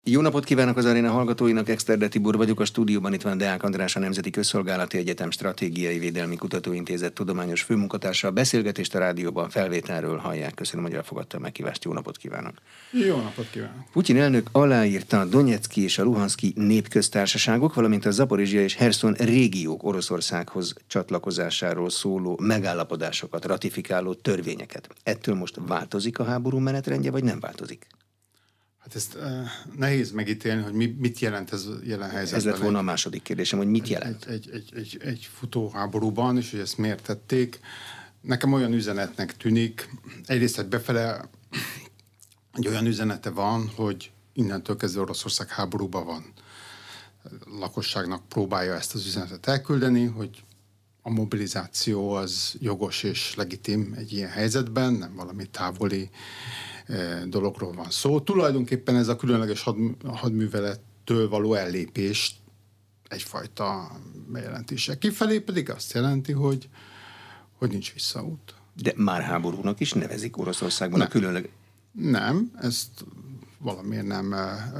Jó napot kívánok az aréna hallgatóinak, Exterde Tibor vagyok, a stúdióban itt van Deák András, a Nemzeti Közszolgálati Egyetem Stratégiai Védelmi Kutatóintézet tudományos főmunkatársa. A beszélgetést a rádióban felvételről hallják. Köszönöm, hogy elfogadta a meghívást. Jó napot kívánok! Jó napot kívánok! Putyin elnök aláírta a Donyeczki és a Luhanszki népköztársaságok, valamint a Zaporizsia és Herszon régiók Oroszországhoz csatlakozásáról szóló megállapodásokat, ratifikáló törvényeket. Ettől most változik a háború menetrendje, vagy nem változik? Hát ezt nehéz megítélni, hogy mit jelent ez jelen helyzetben. Ez lett volna a második kérdésem, hogy mit jelent? Egy futóháborúban, és hogy ezt miért tették. Nekem olyan üzenetnek tűnik, egyrészt, hogy befele egy olyan üzenete van, hogy innentől kezdve Oroszország háborúban van. A lakosságnak próbálja ezt az üzenetet elküldeni, hogy a mobilizáció az jogos és legitim egy ilyen helyzetben, nem valami távoli dologról van szó. Tulajdonképpen ez a különleges hadművelettől való ellépés egyfajta bejelentése. Kifelé pedig azt jelenti, hogy nincs visszaút. De már háborúnak is nevezik Oroszországban nem. A különleges... Nem, ezt valamiért nem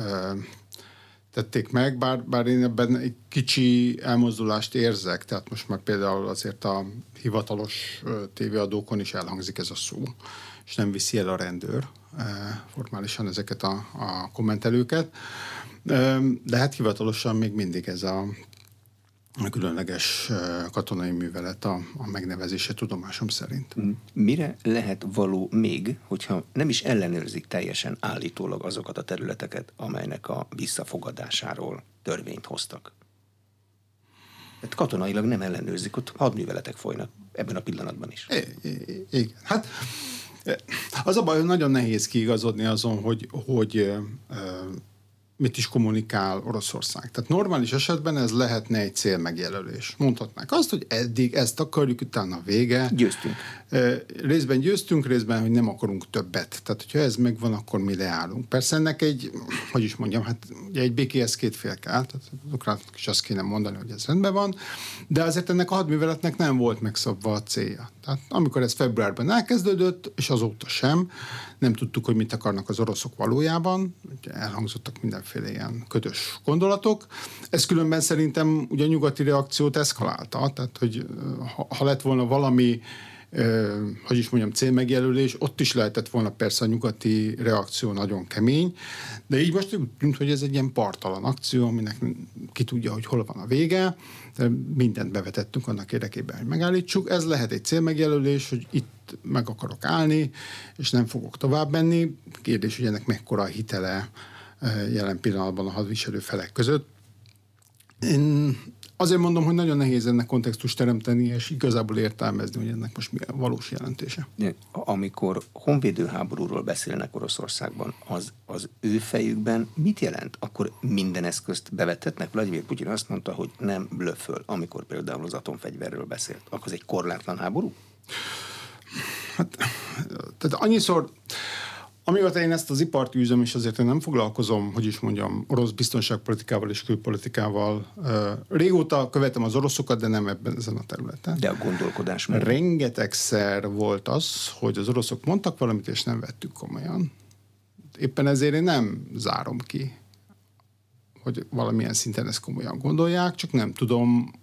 tették meg, bár én ebben egy kicsi elmozdulást érzek, tehát most már például azért a hivatalos tévéadókon is elhangzik ez a szó, és nem viszi el a rendőr formálisan ezeket a kommentelőket, de hát hivatalosan még mindig ez a különleges katonai művelet a megnevezése tudomásom szerint. Mire lehet való még, hogyha nem is ellenőrzik teljesen állítólag azokat a területeket, amelynek a visszafogadásáról törvényt hoztak? Hát katonailag nem ellenőrzik, ott hadműveletek folynak ebben a pillanatban is. Igen. Hát az a baj, hogy nagyon nehéz kiigazodni azon, hogy mit is kommunikál Oroszország. Tehát normális esetben ez lehetne egy célmegjelölés. Mondhatnák azt, hogy eddig ezt akarjuk, utána vége. Győztünk. Részben győztünk, részben, hogy nem akarunk többet. Tehát, hogyha ez megvan, akkor mi leállunk. Persze ennek egy békéhez két fél kell, tehát az ukránoknak is azt kéne mondani, hogy ez rendben van, de azért ennek a hadműveletnek nem volt megszabva a célja. Tehát amikor ez februárban elkezdődött, és azóta sem, nem tudtuk, hogy mit akarnak az oroszok valójában, elhangzottak mindenféle ilyen ködös gondolatok. Ez különben szerintem ugye a nyugati reakciót eszkalálta, tehát hogy ha lett volna valami célmegjelölés, ott is lehetett volna persze a nyugati reakció nagyon kemény, de így most úgy tűnt, hogy ez egy ilyen parttalan akció, aminek ki tudja, hogy hol van a vége, de mindent bevetettünk annak érdekében, hogy megállítsuk. Ez lehet egy célmegjelölés, hogy itt meg akarok állni, és nem fogok tovább menni. Kérdés, hogy ennek mekkora a hitele jelen pillanatban a hadviselő felek között. Én azért mondom, hogy nagyon nehéz ennek kontextust teremteni, és igazából értelmezni, hogy ennek most mi a valós jelentése. Amikor honvédő háborúról beszélnek Oroszországban, az ő fejükben mit jelent? Akkor minden eszközt bevetetnek? Vladimir Putyin azt mondta, hogy nem blöfföl, amikor például az atomfegyverről beszélt. Akkor az egy korlátlan háború? Hát, tehát annyiszor... Amióta én ezt az ipart űzöm, és azért én nem foglalkozom, orosz biztonságpolitikával és külpolitikával. Régóta követem az oroszokat, de nem ezen a területen. De a gondolkodás meg. Rengetegszer volt az, hogy az oroszok mondtak valamit, és nem vettük komolyan. Éppen ezért én nem zárom ki, hogy valamilyen szinten ezt komolyan gondolják, csak nem tudom,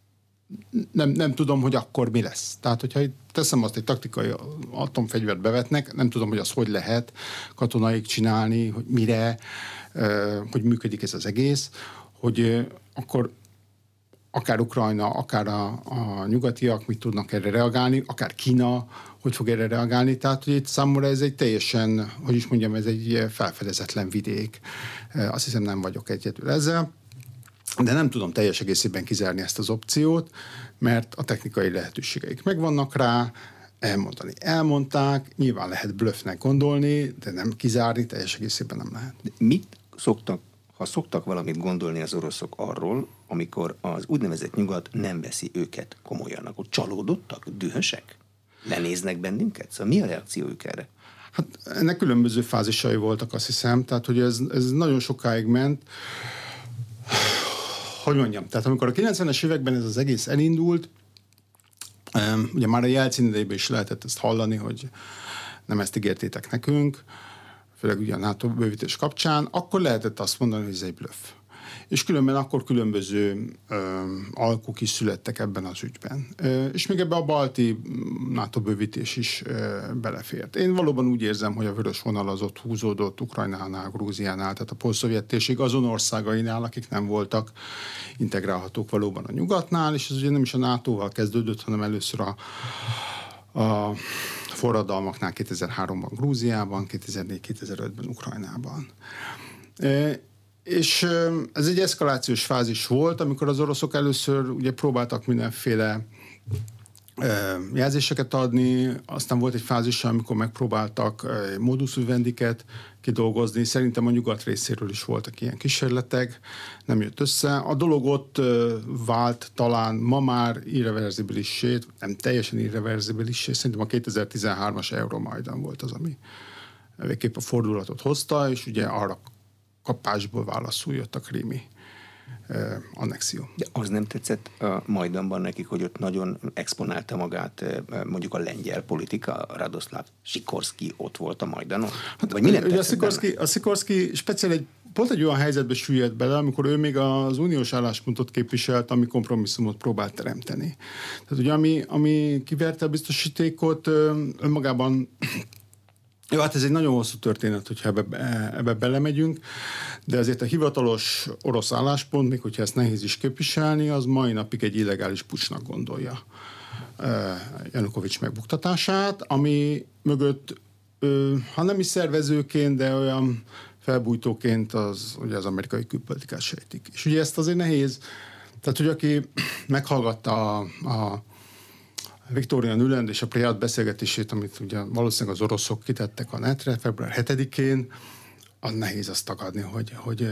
hogy akkor mi lesz. Tehát, hogyha teszem azt, egy taktikai atomfegyvert bevetnek, nem tudom, hogy az hogy lehet katonaik csinálni, hogy mire, hogy működik ez az egész, hogy akkor akár Ukrajna, akár a nyugatiak mit tudnak erre reagálni, akár Kína, hogy fog erre reagálni. Tehát, hogy itt számomra ez egy teljesen, ez egy felfedezetlen vidék. Azt hiszem, nem vagyok egyedül ezzel. De nem tudom teljes egészében kizárni ezt az opciót, mert a technikai lehetőségeik megvannak rá, elmondták, nyilván lehet bluffnek gondolni, de nem kizárni teljes egészében nem lehet. De ha szoktak valamit gondolni az oroszok arról, amikor az úgynevezett nyugat nem veszi őket komolyan, akkor csalódottak, dühösek? Lenéznek bennünket? Szóval mi a reakciójuk erre? Hát ennek különböző fázisai voltak, azt hiszem, tehát hogy ez nagyon sokáig ment. Tehát amikor a 90-es években ez az egész elindult, ugye már a Jelcin idejében is lehetett ezt hallani, hogy nem ezt ígértétek nekünk, főleg ugye a NATO bővítés kapcsán, akkor lehetett azt mondani, hogy ez egy bluff. És különben akkor különböző alkuk is születtek ebben az ügyben. És még ebbe a balti NATO bővítés is belefért. Én valóban úgy érzem, hogy a vörös vonal az ott húzódott Ukrajnánál, Grúziánál, tehát a posztszovjet térség azon országainál, akik nem voltak integrálhatók valóban a nyugatnál, és ez ugye nem is a NATO-val kezdődött, hanem először a forradalmaknál 2003-ban Grúziában, 2004-2005-ben Ukrajnában. És ez egy eszkalációs fázis volt, amikor az oroszok először ugye próbáltak mindenféle jelzéseket adni, aztán volt egy fázis, amikor megpróbáltak modus vivendiket kidolgozni. Szerintem a nyugat részéről is voltak ilyen kísérletek, nem jött össze. A dolog ott vált talán ma már irreverzibilissé, nem teljesen irreverzibilissé, szerintem a 2013-as Euromajdan volt az, ami végképp a fordulatot hozta, és ugye arra kapásból válaszul jött a krími annexió. De az nem tetszett a Majdanban nekik, hogy ott nagyon exponálta magát mondjuk a lengyel politika, Radoszláv Sikorszky ott volt a Majdanon? Hát, vagy mi nem a Sikorszky speciál pont egy olyan helyzetbe süllyedt bele, amikor ő még az uniós álláspontot képviselt, ami kompromisszumot próbált teremteni. Tehát ugye ami kiverte a biztosítékot, önmagában jó, hát ez egy nagyon hosszú történet, hogyha ebbe belemegyünk, de azért a hivatalos orosz álláspont, még hogyha ezt nehéz is képviselni, az mai napig egy illegális puccsnak gondolja Janukovics megbuktatását, ami mögött, ha nem is szervezőként, de olyan felbújtóként ugye az amerikai külpolitikát sejtik. És ugye ezt azért nehéz, tehát hogy aki meghallgatta a Victoria Nuland és a Prejad beszélgetését, amit ugye valószínűleg az oroszok kitettek a netre február 7-én, az nehéz azt tagadni, hogy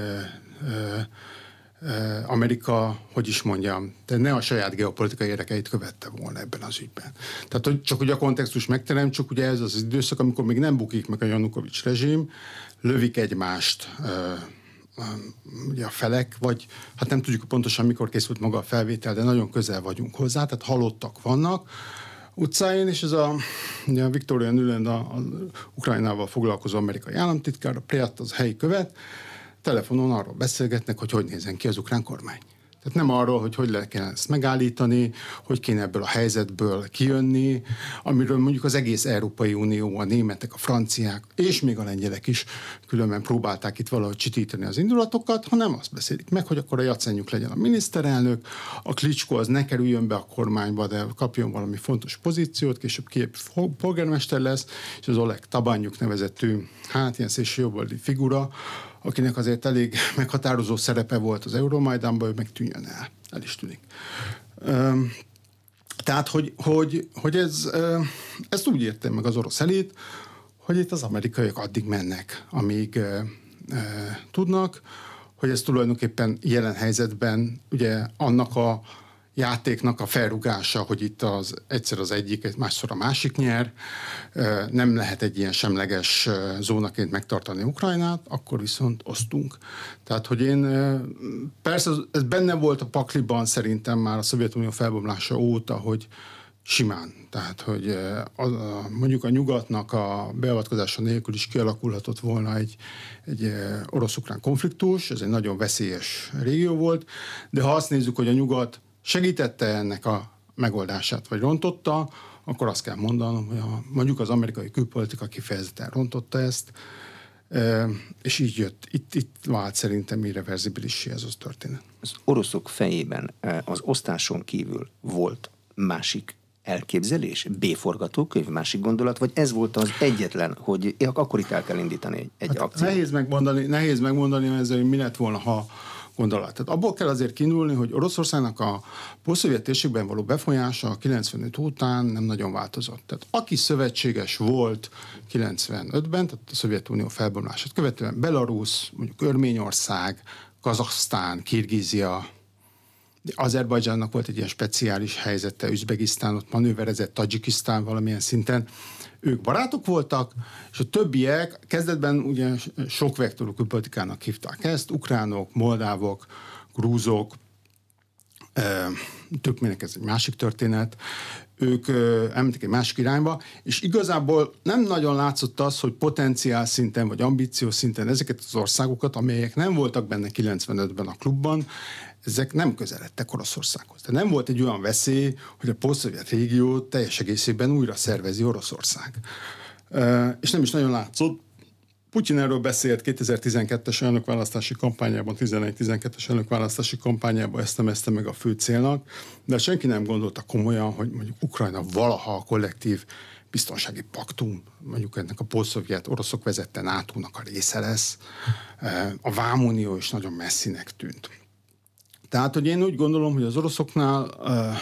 Amerika, hogy is mondjam, de ne a saját geopolitikai érdekeit követte volna ebben az ügyben. Tehát, hogy csak ugye a kontextus megteremtsük, ugye ez az időszak, amikor még nem bukik meg a Janukovics rezsim, lövik egymást ugye a felek, vagy hát nem tudjuk pontosan, mikor készült maga a felvétel, de nagyon közel vagyunk hozzá, tehát halottak vannak utcáin, és ez ugye a Victoria Nuland, a Ukrajnával foglalkozó amerikai államtitkár, a Prejat, az helyi követ, telefonon arról beszélgetnek, hogy nézzen ki az ukrán kormány. Tehát nem arról, hogy le kell ezt megállítani, hogy kéne ebből a helyzetből kijönni, amiről mondjuk az egész Európai Unió, a németek, a franciák és még a lengyelek is különben próbálták itt valahogy csitítani az indulatokat, hanem azt beszélik meg, hogy akkor a Jacenyuk legyen a miniszterelnök, a Klitschko az ne kerüljön be a kormányba, de kapjon valami fontos pozíciót, később Kijév polgármester lesz, és az Oleg Tabanyuk nevezetű, hát ilyen szélsőjobboldali figura, akinek azért elég meghatározó szerepe volt az Euromajdanban, ő meg tűnjön el. El is tűnik. Tehát, hogy ezt úgy értem meg az orosz elit, hogy itt az amerikaiak addig mennek, amíg tudnak, hogy ez tulajdonképpen jelen helyzetben ugye annak a játéknak a felrugása, hogy itt egyszer az egyik, másszor a másik nyer, nem lehet egy ilyen semleges zónaként megtartani Ukrajnát, akkor viszont osztunk. Tehát, hogy persze ez benne volt a pakliban szerintem már a Szovjetunió felbomlása óta, hogy simán. Tehát, hogy mondjuk a nyugatnak a beavatkozása nélkül is kialakulhatott volna egy orosz-ukrán konfliktus, ez egy nagyon veszélyes régió volt, de ha azt nézzük, hogy a nyugat segítette ennek a megoldását, vagy rontotta, akkor azt kell mondanom, hogy mondjuk az amerikai külpolitika kifejezetten rontotta ezt, és így jött. Itt vált szerintem irreverzibilissé ez az történet. Az oroszok fejében az osztáson kívül volt másik elképzelés, B-forgatókönyv, másik gondolat, vagy ez volt az egyetlen, hogy akkor itt el kell indítani egy akciót? Nehéz megmondani, hogy mi lett volna, ha gondolat. Tehát abból kell azért kiindulni, hogy Oroszországnak a posztszovjet térségben való befolyása 95 után nem nagyon változott. Tehát aki szövetséges volt 95-ben, tehát a Szovjetunió felbomlását követően Belarus, mondjuk Örményország, Kazahsztán, Kirgízia, Azerbajdzsánnak volt egy ilyen speciális helyzete, Üzbegisztán ott manőverezett, Tadzsikisztán valamilyen szinten. Ők barátok voltak, és a többiek kezdetben ugye sok vektorú külpolitikának hívták ezt, ukránok, moldávok, grúzok, türkmének ez egy másik történet, ők elmentek egy másik irányba, és igazából nem nagyon látszott az, hogy potenciál szinten, vagy ambíciós szinten ezeket az országokat, amelyek nem voltak benne 95-ben a klubban, ezek nem közeledtek Oroszországhoz. De nem volt egy olyan veszély, hogy a posztszovjet régió teljes egészében újra szervezi Oroszország. És nem is nagyon látszott. Putyin erről beszélt 2012-es elnökválasztási kampányában, 11-12-es elnökválasztási kampányában ezt nevezte meg a fő célnak, de senki nem gondolta komolyan, hogy mondjuk Ukrajna valaha a kollektív biztonsági paktum, mondjuk ennek a posztszovjet oroszok vezette NATO-nak a része lesz. A vámunió is nagyon messzinek tűnt. Tehát, hogy én úgy gondolom, hogy az oroszoknál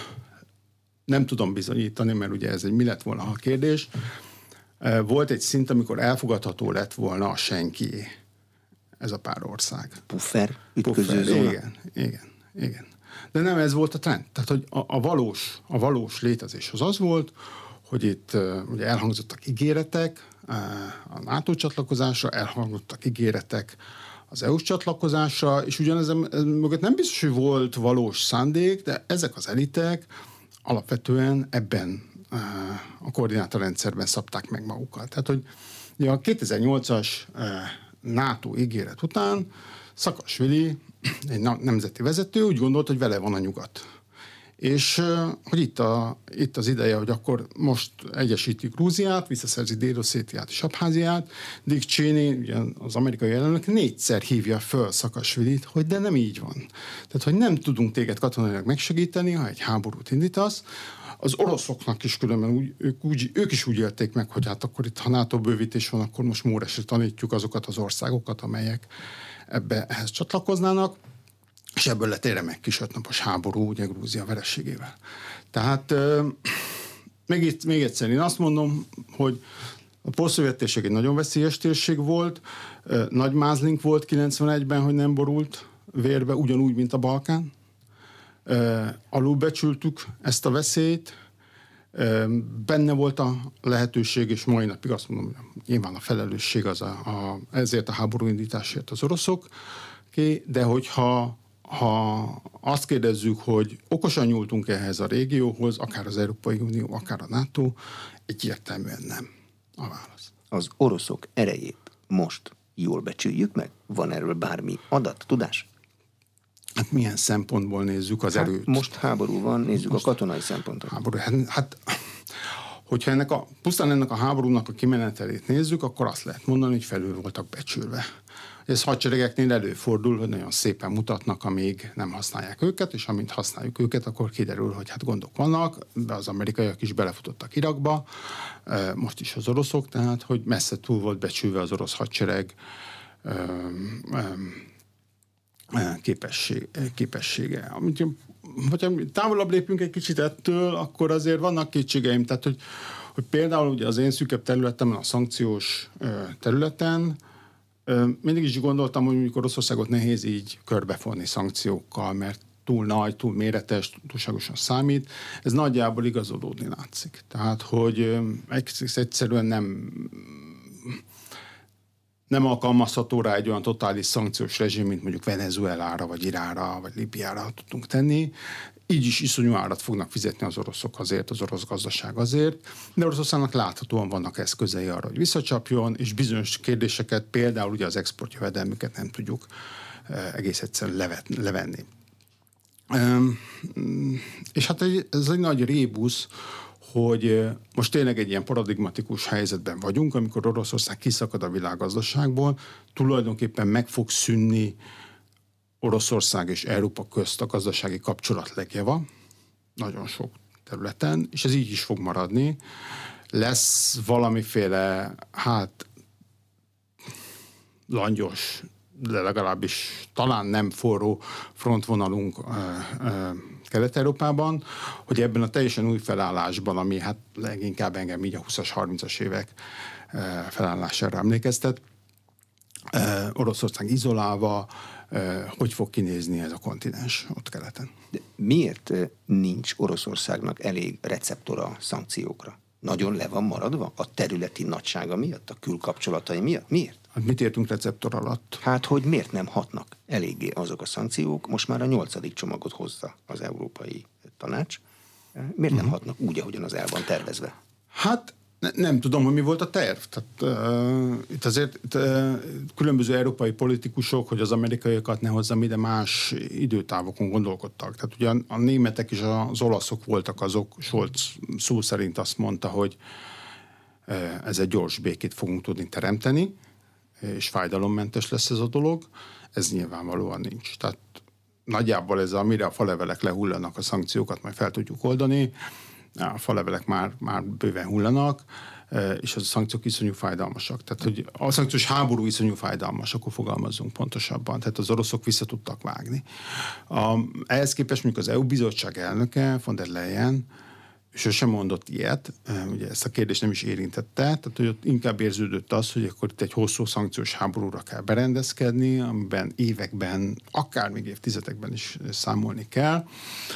nem tudom bizonyítani, mert ugye ez egy mi lett volna a kérdés. Volt egy szint, amikor elfogadható lett volna a senki ez a pár ország. Puffer, ütköző zóna. Igen. De nem ez volt a trend. Tehát, hogy a valós létezés az volt, hogy itt ugye elhangzottak ígéretek a NATO csatlakozásra, elhangzottak ígéretek az EU-s csatlakozásra, és ugyanez mögött nem biztos, hogy volt valós szándék, de ezek az elitek alapvetően ebben a koordinátorrendszerben szabták meg magukat. Tehát, hogy a 2008-as NATO ígéret után Szakasvili, egy nemzeti vezető úgy gondolt, hogy vele van a nyugat. És hogy itt az ideje, hogy akkor most egyesíti Grúziát, visszaszerzi Dél-Oszétiát és Abháziát, Dick Cheney, az amerikai elnök 4-szer hívja föl Szakasvilit, hogy de nem így van. Tehát, hogy nem tudunk téged katonailag megsegíteni, ha egy háborút indítasz. Az oroszoknak is különben ők is úgy élték meg, hogy hát akkor itt, ha NATO bővítés van, akkor most Móresre tanítjuk azokat az országokat, amelyek ehhez csatlakoznának, és ebből lett egy remek kis 5 napos háború, ugye Grúzia vereségével. Tehát még egyszer én azt mondom, hogy a posztszovjet térség egy nagyon veszélyes térség volt, nagy mázlink volt 91-ben, hogy nem borult vérbe, ugyanúgy, mint a Balkán. Alulbecsültük ezt a veszélyt, benne volt a lehetőség, és mai napig azt mondom, hogy nyilván a felelősség az ezért a háborúindításért az oroszok, de hogyha azt kérdezzük, hogy okosan nyúltunk ehhez a régióhoz, akár az Európai Unió, akár a NATO, egyértelműen nem a válasz. Az oroszok erejét most jól becsüljük meg? Van erről bármi adat, tudás? Hát milyen szempontból nézzük az erőt? Most háború van, nézzük most a katonai szempontot. Háború, hát hogyha pusztán ennek a háborúnak a kimenetelét nézzük, akkor azt lehet mondani, hogy felül voltak becsülve. Ez hadseregeknél előfordul, hogy nagyon szépen mutatnak, amíg nem használják őket, és amint használjuk őket, akkor kiderül, hogy hát gondok vannak, de az amerikaiak is belefutottak Irakba, most is az oroszok, tehát hogy messze túl volt becsülve az orosz hadsereg képessége. Hogyha távolabb lépünk egy kicsit ettől, akkor azért vannak kétségeim, tehát hogy például ugye az én szűkebb területemen, a szankciós területen, mindig is gondoltam, hogy mondjuk Oroszországot nehéz így körbefonni szankciókkal, mert túl nagy, túl méretes, túlságosan számít. Ez nagyjából igazolódni látszik. Tehát, hogy egyszerűen nem alkalmazható rá egy olyan totális szankciós rezsim, mint mondjuk Venezuelára, vagy Iránra, vagy Líbiára tudtunk tenni. Így is iszonyú árat fognak fizetni az oroszok azért, az orosz gazdaság azért, de Oroszországnak láthatóan vannak eszközei arra, hogy visszacsapjon, és bizonyos kérdéseket, például ugye az exportjövedelmüket nem tudjuk egész egyszerűen levenni. És hát ez egy nagy rébusz, hogy most tényleg egy ilyen paradigmatikus helyzetben vagyunk, amikor Oroszország kiszakad a világgazdaságból, tulajdonképpen meg fog szűnni Oroszország és Európa közt a gazdasági kapcsolat legjava, nagyon sok területen, és ez így is fog maradni. Lesz valamiféle, langyos, de legalábbis talán nem forró frontvonalunk Kelet-Európában, hogy ebben a teljesen új felállásban, ami hát leginkább engem így a 20-as, 30-as évek felállására emlékeztet, Oroszország izolálva, hogy fog kinézni ez a kontinens ott keleten. De miért nincs Oroszországnak elég receptora szankciókra? Nagyon le van maradva a területi nagysága miatt, a külkapcsolatai miatt? Miért? Hát mit értünk receptor alatt? Hát, hogy miért nem hatnak eléggé azok a szankciók? Most már a 8. csomagot hozza az Európai Tanács. miért nem hatnak úgy, ahogyan az el van tervezve? Hát nem tudom, hogy mi volt a terv. Tehát, itt azért különböző európai politikusok, hogy az amerikaiakat ne hozzam ide, más időtávokon gondolkodtak. Tehát ugye a németek és az olaszok voltak azok, Scholz szó szerint azt mondta, hogy ez egy gyors békét fogunk tudni teremteni, és fájdalommentes lesz ez a dolog. Ez nyilvánvalóan nincs. Tehát nagyjából mire a falevelek lehullanak, a szankciókat majd fel tudjuk oldani. A falevelek már bőven hullanak, és a szankciók iszonyú fájdalmasak. Tehát, hogy a szankciós háború iszonyú fájdalmas, akkor fogalmazzunk pontosabban. Tehát az oroszok vissza tudtak vágni. Ehhez képest mondjuk az EU bizottság elnöke, von der Leyen, sosem mondott ilyet, ugye ezt a kérdést nem is érintette, tehát hogy ott inkább érződött az, hogy akkor itt egy hosszú szankciós háborúra kell berendezkedni, amiben években, akár még évtizedekben is számolni kell.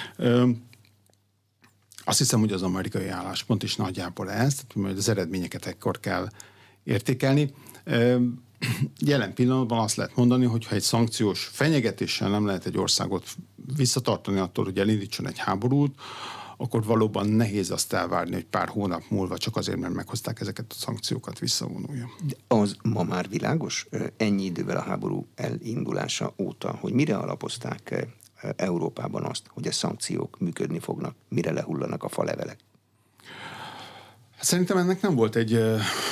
Azt hiszem, hogy az amerikai álláspont is nagyjából ez, tehát majd az eredményeket ekkor kell értékelni. Jelen pillanatban azt lehet mondani, hogy ha egy szankciós fenyegetéssel nem lehet egy országot visszatartani attól, hogy elindítson egy háborút, akkor valóban nehéz azt elvárni, hogy pár hónap múlva csak azért, mert meghozták ezeket a szankciókat, visszavonuljon. De az ma már világos, ennyi idővel a háború elindulása óta, hogy mire alapozták Európában azt, hogy a szankciók működni fognak, mire lehullanak a falevelek? Szerintem ennek nem volt egy...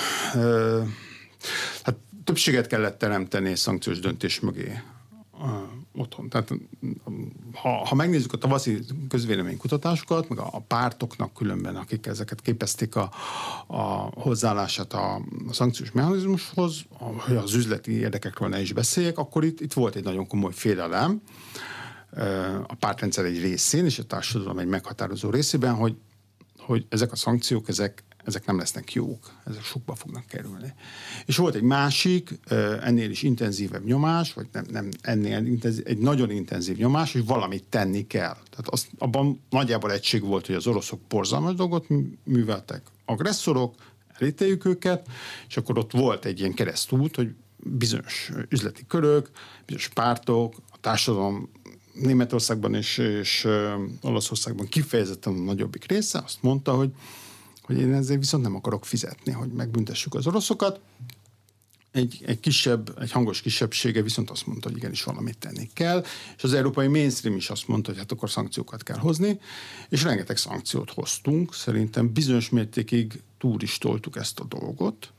hát többséget kellett teremteni egy szankciós döntés mögé otthon. Tehát ha megnézzük a tavaszi közvéleménykutatásokat, meg a pártoknak különben, akik ezeket képezték a hozzáállását a szankciós mechanizmushoz, hogy az üzleti érdekekről ne is beszéljek, akkor itt volt egy nagyon komoly félelem a pártrendszer egy részén, és a társadalom egy meghatározó részében, hogy ezek a szankciók, ezek nem lesznek jók, ezek sokba fognak kerülni. És volt egy másik, ennél is intenzívebb nyomás, vagy nem ennél intenzív, egy nagyon intenzív nyomás, hogy valamit tenni kell. Tehát abban nagyjából egység volt, hogy az oroszok borzalmas dolgot műveltek, agresszorok, elítéljük őket, és akkor ott volt egy ilyen keresztút, hogy bizonyos üzleti körök, bizonyos pártok, a társadalom Németországban és Olaszországban kifejezetten a nagyobbik része azt mondta, hogy én ezért viszont nem akarok fizetni, hogy megbüntessük az oroszokat. Egy hangos kisebbsége viszont azt mondta, hogy igenis valamit tenni kell, és az európai mainstream is azt mondta, hogy hát akkor szankciókat kell hozni, és rengeteg szankciót hoztunk. Szerintem bizonyos mértékig túl is toltuk ezt a dolgot.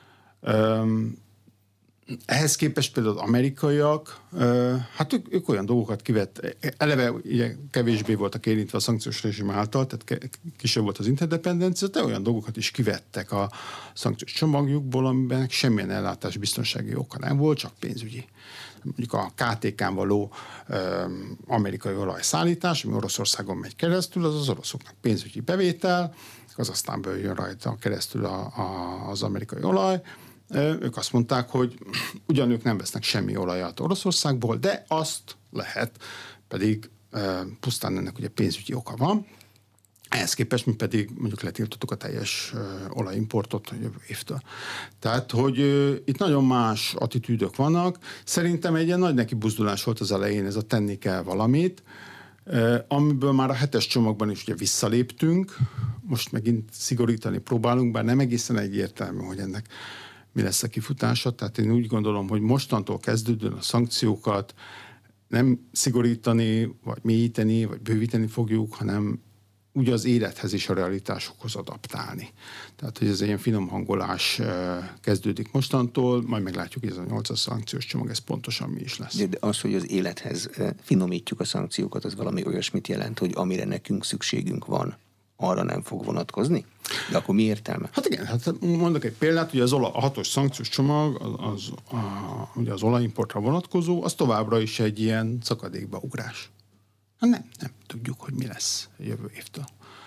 Ehhez képest például az amerikaiak, hát ők olyan dolgokat kivett, eleve ugye kevésbé voltak érintve a szankciós rezsim által, tehát kisebb volt az interdependencia, de olyan dolgokat is kivettek a szankciós csomagjukból, amiben semmilyen ellátásbiztonsági oka nem volt, csak pénzügyi. Mondjuk a KTK-n való amerikai olajszállítás, ami Oroszországon megy keresztül, az oroszoknak pénzügyi bevétel, az aztán jön rajta keresztül az amerikai olaj. Ők azt mondták, hogy ugyan ők nem vesznek semmi olajat Oroszországból, de azt lehet, pedig pusztán ennek ugye pénzügyi oka van. Ehhez képest mi pedig mondjuk letiltottuk a teljes olajimportot a jövő évtől. Tehát, hogy itt nagyon más attitűdök vannak. Szerintem egy ilyen nagy nekibuzdulás volt az elején, ez a tenni kell valamit, amiből már a 7-es csomagban is ugye visszaléptünk, most megint szigorítani próbálunk, bár nem egészen egyértelmű, hogy ennek mi lesz a kifutása. Tehát én úgy gondolom, hogy mostantól kezdődően a szankciókat nem szigorítani, vagy mélyíteni, vagy bővíteni fogjuk, hanem úgy az élethez és a realitásokhoz adaptálni. Tehát, hogy ez egy ilyen finom hangolás kezdődik mostantól, majd meglátjuk, hogy ez a 8-as szankciós csomag, ez pontosan mi is lesz. De az, hogy az élethez finomítjuk a szankciókat, az valami olyasmit jelent, hogy amire nekünk szükségünk van, arra nem fog vonatkozni? De akkor mi értelme? Hát igen, hát mondok egy példát, hogy a 6-os szankciós csomag, ugye az olajimportra vonatkozó, az továbbra is egy ilyen szakadékba ugrás. Nem tudjuk, hogy mi lesz a jövő évtől.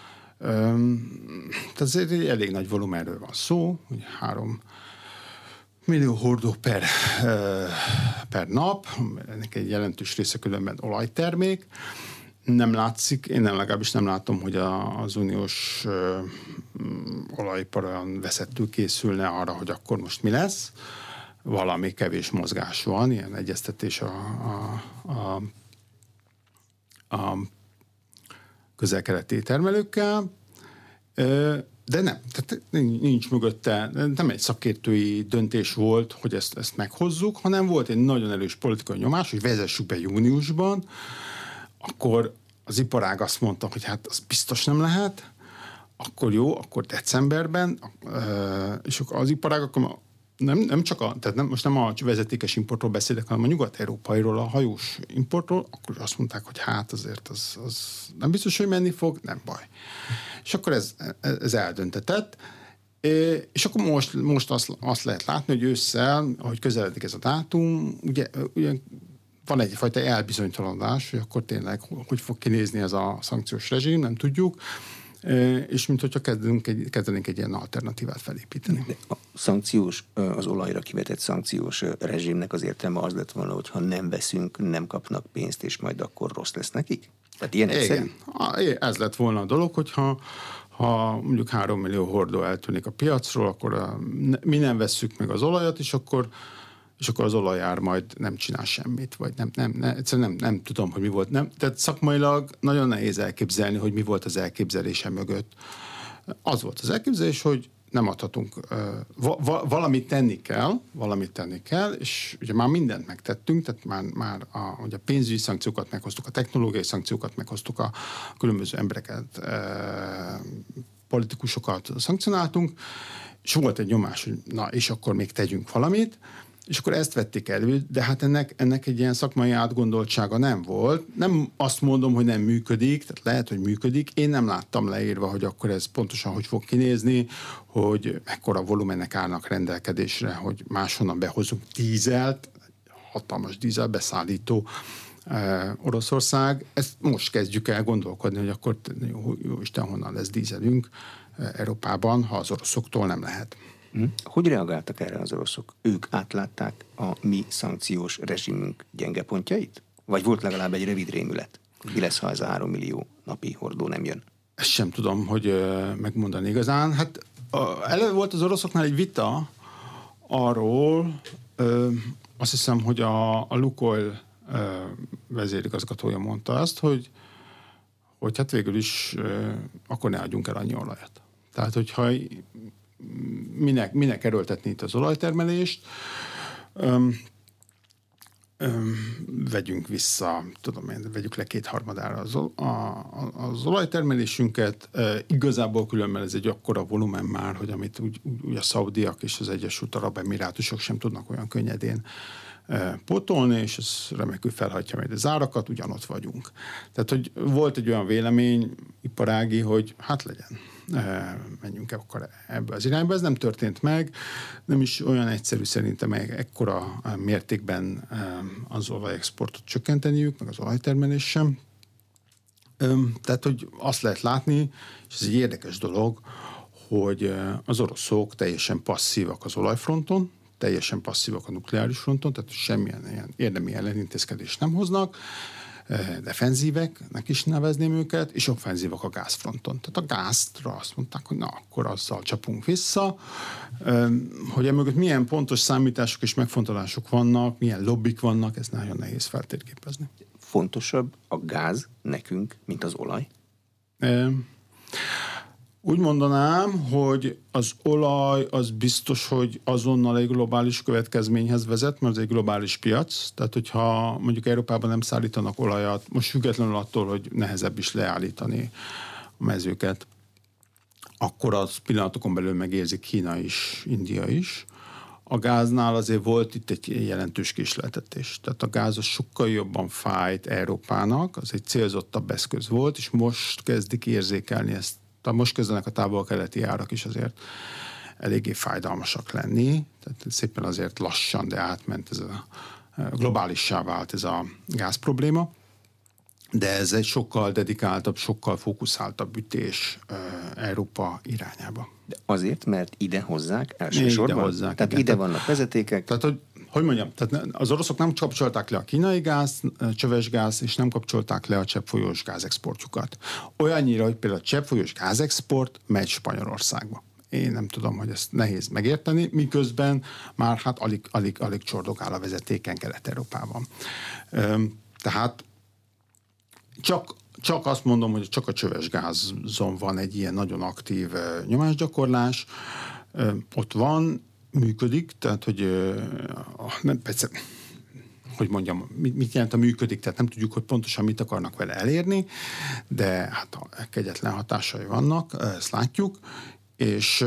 Tehát ez egy elég nagy volumenről van szó, hogy 3 millió hordó per nap, ennek egy jelentős része különben olajtermék. Nem látszik, én legalábbis nem látom, hogy az uniós olajipar olyan veszettül készülne arra, hogy akkor most mi lesz. Valami kevés mozgás van, ilyen egyeztetés a közel-keleti termelőkkel, de nem, tehát nincs mögötte, nem egy szakértői döntés volt, hogy ezt meghozzuk, hanem volt egy nagyon erős politikai nyomás, hogy vezessük be júniusban, akkor az iparág azt mondta, hogy hát az biztos nem lehet, akkor jó, akkor decemberben, és akkor az iparág akkor nem csak most nem a vezetékes importról beszélek, hanem a nyugat-európairól, a hajós importról, akkor azt mondták, hogy hát azért az nem biztos, hogy menni fog, nem baj. És akkor ez eldöntetett, és akkor most azt lehet látni, hogy ősszel, ahogy közeledik ez a dátum, ugye van egyfajta elbizonytalanodás, hogy akkor tényleg hogy fog kinézni ez a szankciós rezsim, nem tudjuk, és mint hogyha kezdenénk egy ilyen alternatívát felépíteni. De az olajra kivetett szankciós rezsimnek az értelme az lett volna, hogy ha nem veszünk, nem kapnak pénzt, és majd akkor rossz lesz nekik? Tehát ilyen egyszerű? Igen, ez lett volna a dolog, hogyha mondjuk 3 millió hordó eltűnik a piacról, akkor mi nem vesszük meg az olajat, és akkor az olajár majd nem csinál semmit, vagy egyszerűen nem tudom, hogy mi volt. Tehát szakmailag nagyon nehéz elképzelni, hogy mi volt az elképzelése mögött. Az volt az elképzelés, hogy nem adhatunk, valamit tenni kell, és ugye már mindent megtettünk, tehát már ugye a pénzügyi szankciókat meghoztuk, a technológiai szankciókat meghoztuk, a különböző embereket, politikusokat szankcionáltunk, és volt egy nyomás, hogy na, és akkor még tegyünk valamit, és akkor ezt vették elő, de hát ennek egy ilyen szakmai átgondoltsága nem volt. Nem azt mondom, hogy nem működik, tehát lehet, hogy működik. Én nem láttam leírva, hogy akkor ez pontosan hogy fog kinézni, hogy mekkora volumenek állnak rendelkedésre, hogy máshonnan behozunk dízelt, hatalmas dízelbeszállító Oroszország. Ezt most kezdjük el gondolkodni, hogy akkor jó Isten, honnan lesz dízelünk Európában, ha az oroszoktól nem lehet. Hogy reagáltak erre az oroszok? Ők átlátták a mi szankciós rezsimünk gyenge pontjait? Vagy volt legalább egy rövid rémület? Mi lesz, ha ez a 3 millió napi hordó nem jön? Ezt sem tudom, hogy megmondani igazán. Hát elő volt az oroszoknál egy vita arról, azt hiszem, hogy a Lukoil vezérigazgatója mondta azt, hogy hát végül is akkor ne adjunk el annyi olajat. Tehát, hogyha minek erőltetni itt az olajtermelést, vegyünk vissza, vegyük le 2/3 az olajtermelésünket. Igazából különben ez egy akkora volumen már, hogy amit úgy a szaudiak és az Egyesült Arab Emirátusok sem tudnak olyan könnyedén pótolni, és ez remekül felhajtja majd az árakat, ugyanott vagyunk. Tehát, hogy volt egy olyan vélemény iparági, hogy hát legyen, menjünk akkor ebbe az irányba. Ez nem történt meg, nem is olyan egyszerű szerintem ekkora mértékben az olajexportot csökkenteniük, meg az olajtermelés sem. Tehát, hogy azt lehet látni, és ez egy érdekes dolog, hogy az oroszok teljesen passzívak az olajfronton, teljesen passzívak a nukleáris fronton, tehát semmilyen ilyen érdemi ellenintézkedést nem hoznak, defenzíveknek is nevezném őket, és offenzívak a gázfronton. Tehát a gázra azt mondták, hogy na, akkor azzal csapunk vissza. Hogy emögött milyen pontos számítások és megfontolások vannak, milyen lobbik vannak, ez nagyon nehéz feltérképezni. Fontosabb a gáz nekünk, mint az olaj? Úgy mondanám, hogy az olaj az biztos, hogy azonnal egy globális következményhez vezet, mert ez egy globális piac. Tehát, hogyha mondjuk Európában nem szállítanak olajat, most függetlenül attól, hogy nehezebb is leállítani a mezőket, akkor az pillanatokon belül megérzik Kína is, India is. A gáznál azért volt itt egy jelentős késleltetés. Tehát a gáz az sokkal jobban fájt Európának, az egy célzottabb eszköz volt, és most kezdik érzékelni ezt. Most kezdenek a távol-keleti árak is azért eléggé fájdalmasak lenni. Tehát szépen azért lassan, de átment ez globálissá vált ez a gáz probléma. De ez egy sokkal dedikáltabb, sokkal fókuszáltabb ütés Európa irányába. De azért, mert ide hozzák elsősorban? Ide hozzák. Tehát ide vannak vezetékek? Tehát, hogy mondjam, tehát az oroszok nem kapcsolták le a kínai gáz, csöves gáz, és nem kapcsolták le a cseppfolyós gázexportjukat. Olyannyira, hogy például a cseppfolyós gázexport megy Spanyolországba. Én nem tudom, hogy ezt nehéz megérteni, miközben már hát alig csordogál a vezetéken Kelet-Európában. Tehát csak azt mondom, hogy csak a csöves gázon van egy ilyen nagyon aktív nyomásgyakorlás. Ott van, működik, tehát hogy nem, persze, hogy mondjam, mit jelent a működik, tehát nem tudjuk, hogy pontosan mit akarnak vele elérni, de hát kegyetlen hatásai vannak, ezt látjuk, és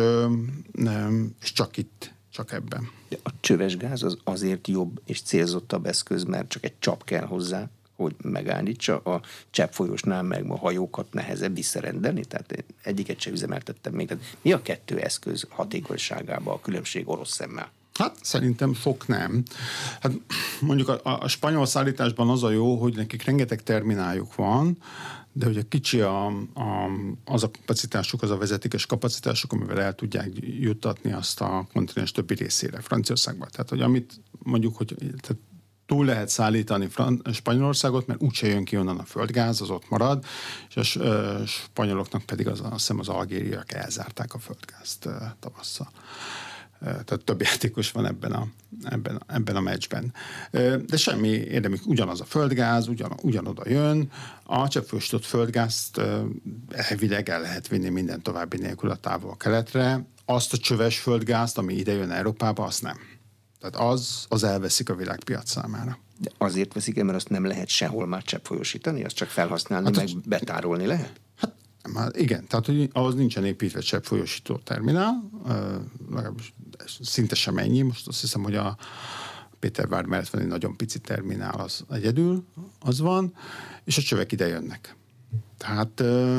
csak ebben. A csöves gáz az azért jobb és célzottabb eszköz, mert csak egy csap kell hozzá, hogy megállítsa. A cseppfolyósnál meg a hajókat nehezebb visszarendelni, tehát egyiket se üzemeltettem még. Tehát mi a kettő eszköz hatékonyságában a különbség orosz szemmel? Hát szerintem sok nem. Hát mondjuk a spanyol szállításban az a jó, hogy nekik rengeteg termináljuk van, de hogy a kicsi az a kapacitásuk, az a vezetékes kapacitásuk, amivel el tudják juttatni azt a kontinens többi részére, Franciaországban. Tehát, hogy amit mondjuk, hogy tehát túl lehet szállítani Spanyolországot, mert úgyse jön ki onnan a földgáz, az ott marad, és a spanyoloknak pedig azt hiszem az algériaiak elzárták a földgázt tavasszal. Tehát több játékos van ebben a meccsben. De semmi érdemi, ugyanaz a földgáz, ugyanoda jön. A cseppfolyósított földgázt elvileg el lehet vinni minden további nélkül a távol-keletre. Azt a csöves földgázt, ami ide jön Európába, azt nem. Tehát az elveszik a világpiac számára. De azért veszik el, mert azt nem lehet sehol már cseppfolyósítani, azt csak felhasználni, meg betárolni lehet? Hát igen, tehát hogy ahhoz nincsen építve cseppfolyósító terminál, legalábbis szinte sem ennyi. Most azt hiszem, hogy a Pétervár mellett van egy nagyon pici terminál, az egyedül, az van, és a csövek ide jönnek. Tehát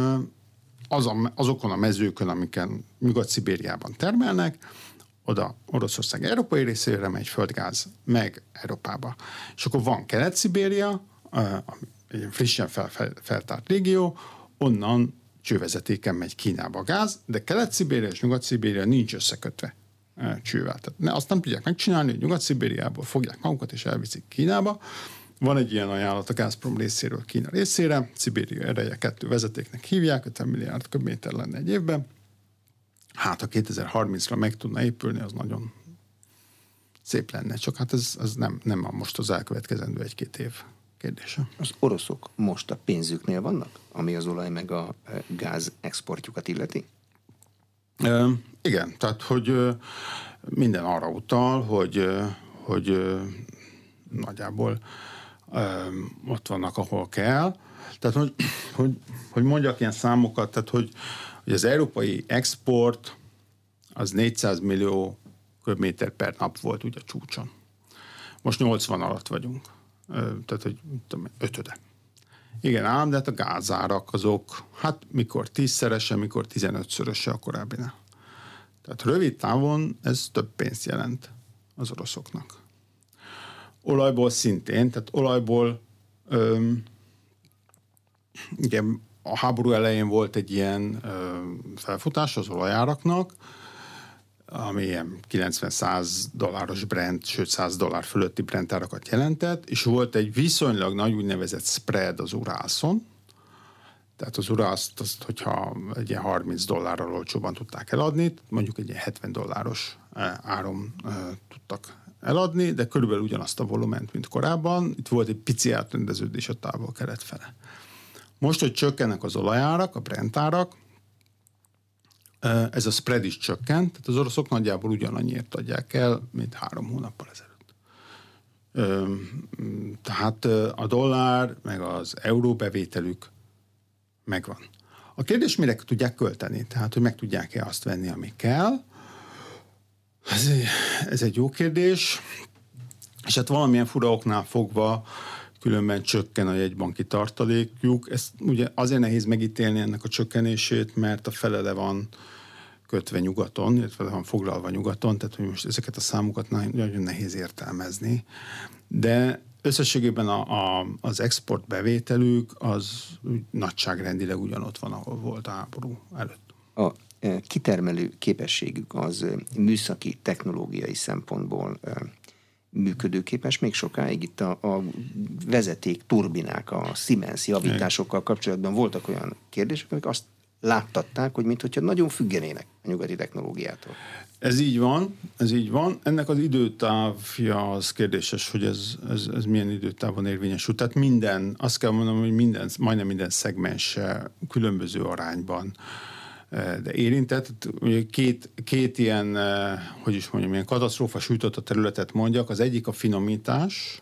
azokon a mezőkön, amiken Nyugat-Szibériában termelnek, oda Oroszország európai részére megy földgáz, meg Európába. És akkor van Kelet-Szibéria, egy frissen feltárt régió, onnan csővezetéken megy Kínába a gáz, de Kelet-Szibéria és Nyugat-Szibéria nincs összekötve csővel. Tehát azt nem tudják megcsinálni, hogy Nyugat-Szibériából fogják magukat és elviszik Kínába. Van egy ilyen ajánlat a Gazprom részéről Kína részére, Szibéria ereje 2 vezetéknek hívják, 50 milliárd köbméter lenne egy évben. Hát, ha 2030-ra meg tudna épülni, az nagyon szép lenne. Csak hát ez nem most az elkövetkezendő 1-2 év kérdése. Az oroszok most a pénzüknél vannak, ami az olaj meg a gáz exportjukat illeti? Igen, tehát hogy minden arra utal, hogy nagyjából ott vannak, ahol kell. Tehát, hogy mondjak ilyen számokat, tehát, hogy az európai export az 400 millió köbméter per nap volt ugye a csúcson. Most 80 alatt vagyunk. Tehát, hogy 5-öde. Igen, ám, de hát a gázárak azok, hát mikor 10-szerese, mikor 15-szöröse a korábbinál. Tehát rövid távon ez több pénzt jelent az oroszoknak. Olajból szintén, tehát olajból igen, a háború elején volt egy ilyen felfutás az olajáraknak, ami ilyen $90-100 Brent, sőt $100 fölötti Brent árakat jelentett, és volt egy viszonylag nagy úgynevezett spread az Uralszon. Tehát az Uralszt, hogyha egy ilyen $30 olcsóban tudták eladni, mondjuk egy ilyen $70 áron tudtak eladni, de körülbelül ugyanazt a volument, mint korábban. Itt volt egy pici átrendeződés a távol-kelet fele. Most, hogy csökkennek az olajárak, a Brent árak, ez a spread is csökkent, tehát az oroszok nagyjából ugyanannyiért adják el, mint 3 hónappal ezelőtt. Tehát a dollár, meg az euró bevételük megvan. A kérdés, mire tudják költeni? Tehát, hogy meg tudják-e azt venni, ami kell? Ez egy jó kérdés. És hát valamilyen fura oknál fogva különben csökken a jegybanki tartalékjuk. Ez ugye azért nehéz megítélni ennek a csökkenését, mert a fele le van kötve nyugaton, illetve le van foglalva nyugaton, tehát hogy most ezeket a számokat nagyon nehéz értelmezni. De összességében az export bevételük az nagyságrendileg ugyanott van, ahol volt a háború előtt. A kitermelő képességük az műszaki, technológiai szempontból működőképes még sokáig. Itt a vezeték, turbinák, a Siemens javításokkal kapcsolatban voltak olyan kérdések, amik azt láttatták, hogy mintha nagyon függenének a nyugati technológiától. Ez így van. Ennek az időtávja az kérdéses, hogy ez milyen időtávon érvényesül. Tehát azt kell mondanom, hogy majdnem minden szegmense különböző arányban de érintett. Két ilyen, ilyen katasztrófa sújtott a területet mondjak. Az egyik a finomítás,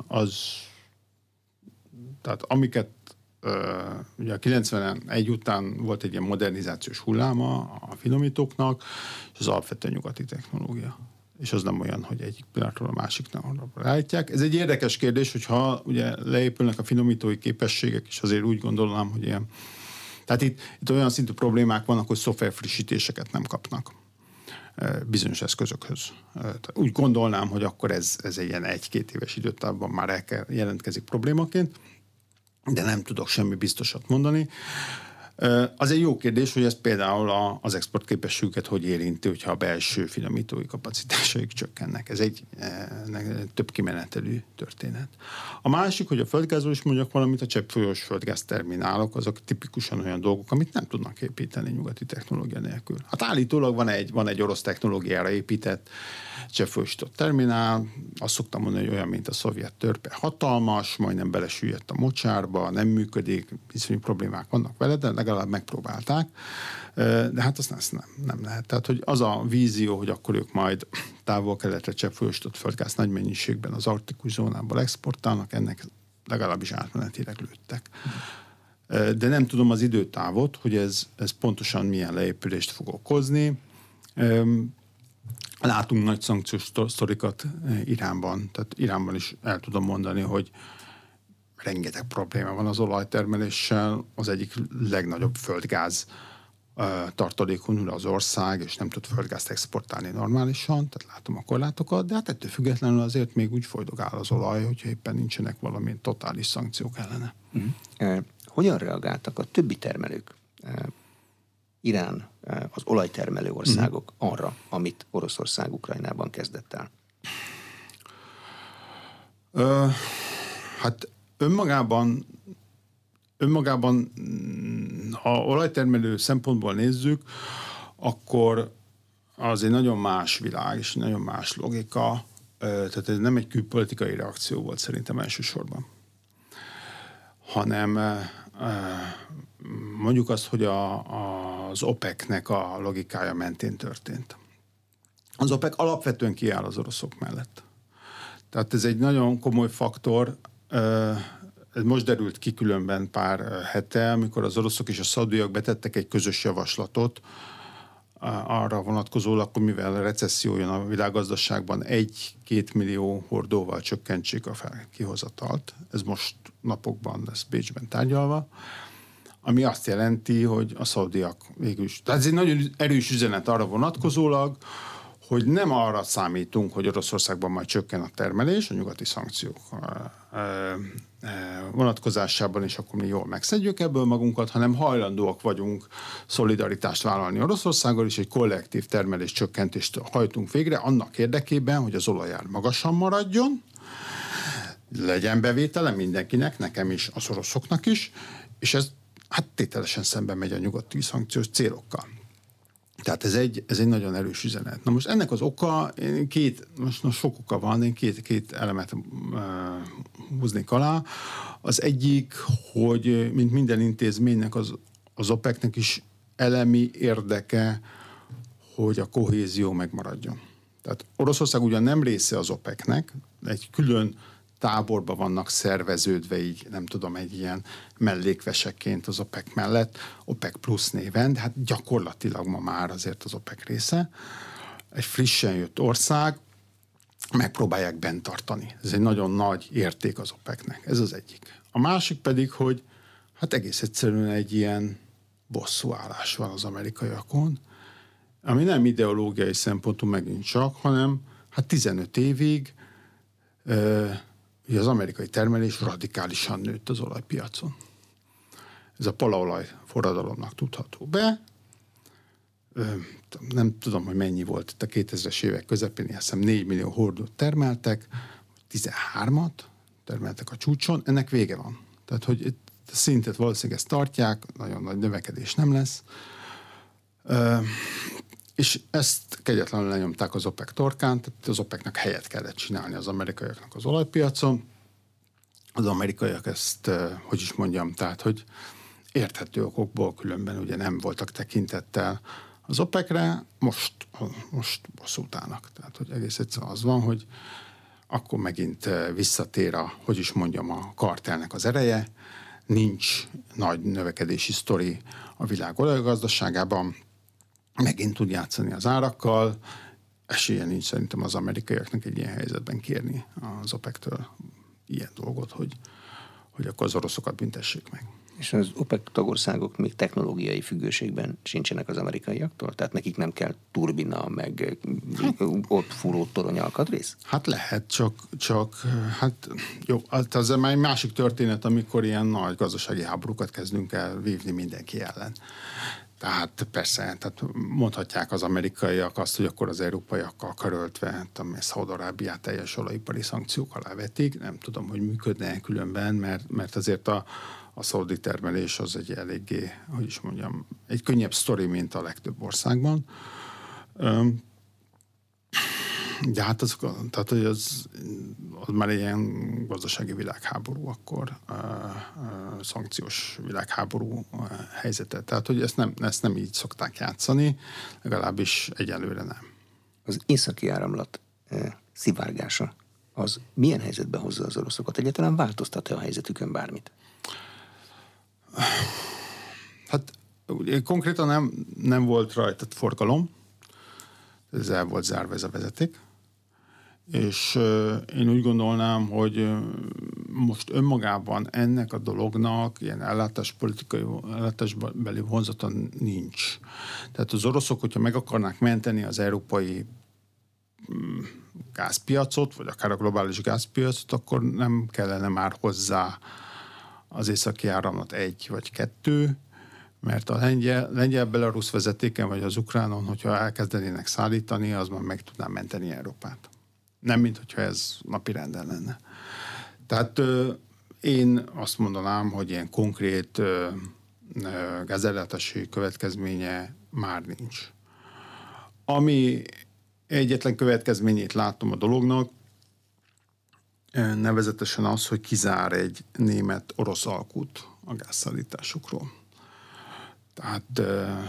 tehát amiket ugye a 91 után volt egy ilyen modernizációs hulláma a finomítóknak, és az alapvetően nyugati technológia. És az nem olyan, hogy egyik pillanatról a másiknak ráállítják. Ez egy érdekes kérdés, hogyha ugye leépülnek a finomítói képességek, és azért úgy gondolom, hogy ilyen. Tehát itt olyan szintű problémák vannak, hogy szoftver frissítéseket nem kapnak bizonyos eszközökhöz. Úgy gondolnám, hogy akkor ez egy ilyen 1-2 éves időtávban már jelentkezik problémaként, de nem tudok semmi biztosat mondani. Az egy jó kérdés, hogy ez például az exportképességüket hogy érinti, hogyha a belső finomítói kapacitásaik csökkennek. Ez egy több kimenetelű történet. A másik, hogy a földgázról is mondjak valamit, a cseppfolyós földgázterminálok, azok tipikusan olyan dolgok, amit nem tudnak építeni nyugati technológia nélkül. Hát állítólag van egy orosz technológiára épített cseppfolyósított terminál, azt szoktam mondani, hogy olyan, mint a szovjet törpe, hatalmas, majdnem belesüllyedt a mocsárba, nem működik, bizony problémák vannak vele, de legalább megpróbálták, de hát azt nem lehet. Tehát, hogy az a vízió, hogy akkor ők majd távol-keletre cseppfolyósított földgáz nagy mennyiségben az arktikus zónából exportálnak, ennek legalábbis átmenetileg lőttek. De nem tudom az időtávot, hogy ez pontosan milyen leépülést fog okozni. Látunk nagy szankciós sztorikat Iránban, tehát Iránban is el tudom mondani, hogy rengeteg probléma van az olajtermeléssel, az egyik legnagyobb földgáz tartalékon ül az ország, és nem tud földgázt exportálni normálisan, tehát látom a korlátokat, de hát ettől függetlenül azért még úgy folydogál az olaj, hogyha éppen nincsenek valamilyen totális szankciók ellene. Hogyan reagáltak a többi termelők, Irán, az olajtermelő országok arra, amit Oroszország Ukrajnában kezdett el? Hát önmagában, ha olajtermelő szempontból nézzük, akkor az egy nagyon más világ, és nagyon más logika, tehát ez nem egy külpolitikai reakció volt szerintem elsősorban, hanem mondjuk azt, hogy az OPEC-nek a logikája mentén történt. Az OPEC alapvetően kiáll az oroszok mellett. Tehát ez egy nagyon komoly faktor. Ez most derült ki különben pár hete, amikor az oroszok és a szaudiak betettek egy közös javaslatot arra vonatkozólag, hogy mivel a recesszió jön a világgazdaságban, 1-2 millió hordóval csökkentsék a kihozatalt. Ez most napokban lesz Bécsben tárgyalva, ami azt jelenti, hogy a szaudiak végülis. Tehát ez egy nagyon erős üzenet arra vonatkozólag, hogy nem arra számítunk, hogy Oroszországban majd csökken a termelés, a nyugati szankciók vonatkozásában, és akkor mi jól megszedjük ebből magunkat, hanem hajlandóak vagyunk szolidaritást vállalni Oroszországgal, és egy kollektív termelés csökkentést hajtunk végre annak érdekében, hogy az olajár magasan maradjon, legyen bevétele mindenkinek, nekem is, az oroszoknak is, és ez hát tételesen szemben megy a nyugati szankciós célokkal. Tehát ez egy nagyon erős üzenet. Na most ennek az oka, most sok oka van, én két elemet húznék alá. Az egyik, hogy mint minden intézménynek az OPEC-nek is elemi érdeke, hogy a kohézió megmaradjon. Tehát Oroszország ugyan nem része az OPEC-nek, egy külön táborba vannak szerveződve, így nem tudom, egy ilyen mellékvesekként az OPEC mellett, OPEC plusz néven, de hát gyakorlatilag ma már azért az OPEC része. Egy frissen jött ország, megpróbálják bent tartani. Ez egy nagyon nagy érték az OPEC-nek. Ez az egyik. A másik pedig, hogy hát egész egyszerűen egy ilyen bosszúállás van az amerikaiakon, ami nem ideológiai szempontú megint csak, hanem hát 15 évig az amerikai termelés radikálisan nőtt az olajpiacon. Ez a palaolaj forradalomnak tudható be. Nem tudom, hogy mennyi volt itt a 2000-es évek közepén, azt hiszem 4 millió hordót termeltek, 13-at termeltek a csúcson, ennek vége van. Tehát, hogy itt a szintet valószínűleg ezt tartják, nagyon nagy növekedés nem lesz. És ezt kegyetlenül lenyomták az OPEC torkán, tehát az OPEC-nek helyet kellett csinálni az amerikaiaknak az olajpiacon. Az amerikaiak ezt, hogy is mondjam, tehát, hogy érthető okokból különben ugye nem voltak tekintettel az OPEC-re, most bosszút állnak. Tehát, hogy egész egyszerűen az van, hogy akkor megint visszatér hogy is mondjam, a kartelnek az ereje, nincs nagy növekedési sztori a világ olajgazdaságában, megint tud játszani az árakkal, esélye nincs szerintem az amerikaiaknak egy ilyen helyzetben kérni az OPEC-től ilyen dolgot, hogy akkor az oroszokat büntessék meg. És az OPEC tagországok még technológiai függőségben sincsenek az amerikaiaktól? Tehát nekik nem kell turbina, meg ott fúró torony alkatrész? Hát lehet, csak hát jó, az már egy másik történet, amikor ilyen nagy gazdasági háborúkat kezdünk el vívni mindenki ellen. Tehát persze, tehát mondhatják az amerikaiak azt, hogy akkor az európaiakkal karöltve, Szaúd-Arábiát teljes olajipari szankciók alá vetik. Nem tudom, hogy működne különben, mert azért a szaudi termelés az egy eléggé, hogy is mondjam, egy könnyebb sztori, mint a legtöbb országban. De hát az már egy ilyen gazdasági világháború akkor, szankciós világháború helyzete. Tehát, hogy ezt nem így szokták játszani, legalábbis egyelőre nem. Az északi áramlat szivárgása, az milyen helyzetbe hozza az oroszokat? Egyáltalán változtat-e a helyzetükön bármit? Hát konkrétan nem volt rajta forgalom, ez el volt zárva ez a vezeték, és én úgy gondolnám, hogy most önmagában ennek a dolognak ilyen ellátásbeli vonzata nincs. Tehát az oroszok, hogyha meg akarnák menteni az európai gázpiacot, vagy akár a globális gázpiacot, akkor nem kellene már hozzá az északi áramlat 1 vagy 2, mert a lengyel-belarusz vezetéken, vagy az ukránon, hogyha elkezdenének szállítani, az már meg tudná menteni Európát. Nem, mint hogyha ez napi renden lenne. Tehát én azt mondanám, hogy ilyen konkrét gázellátási következménye már nincs. Ami egyetlen következményét látom a dolognak, nevezetesen az, hogy kizár egy német-orosz alkut a gázszállításukról. Tehát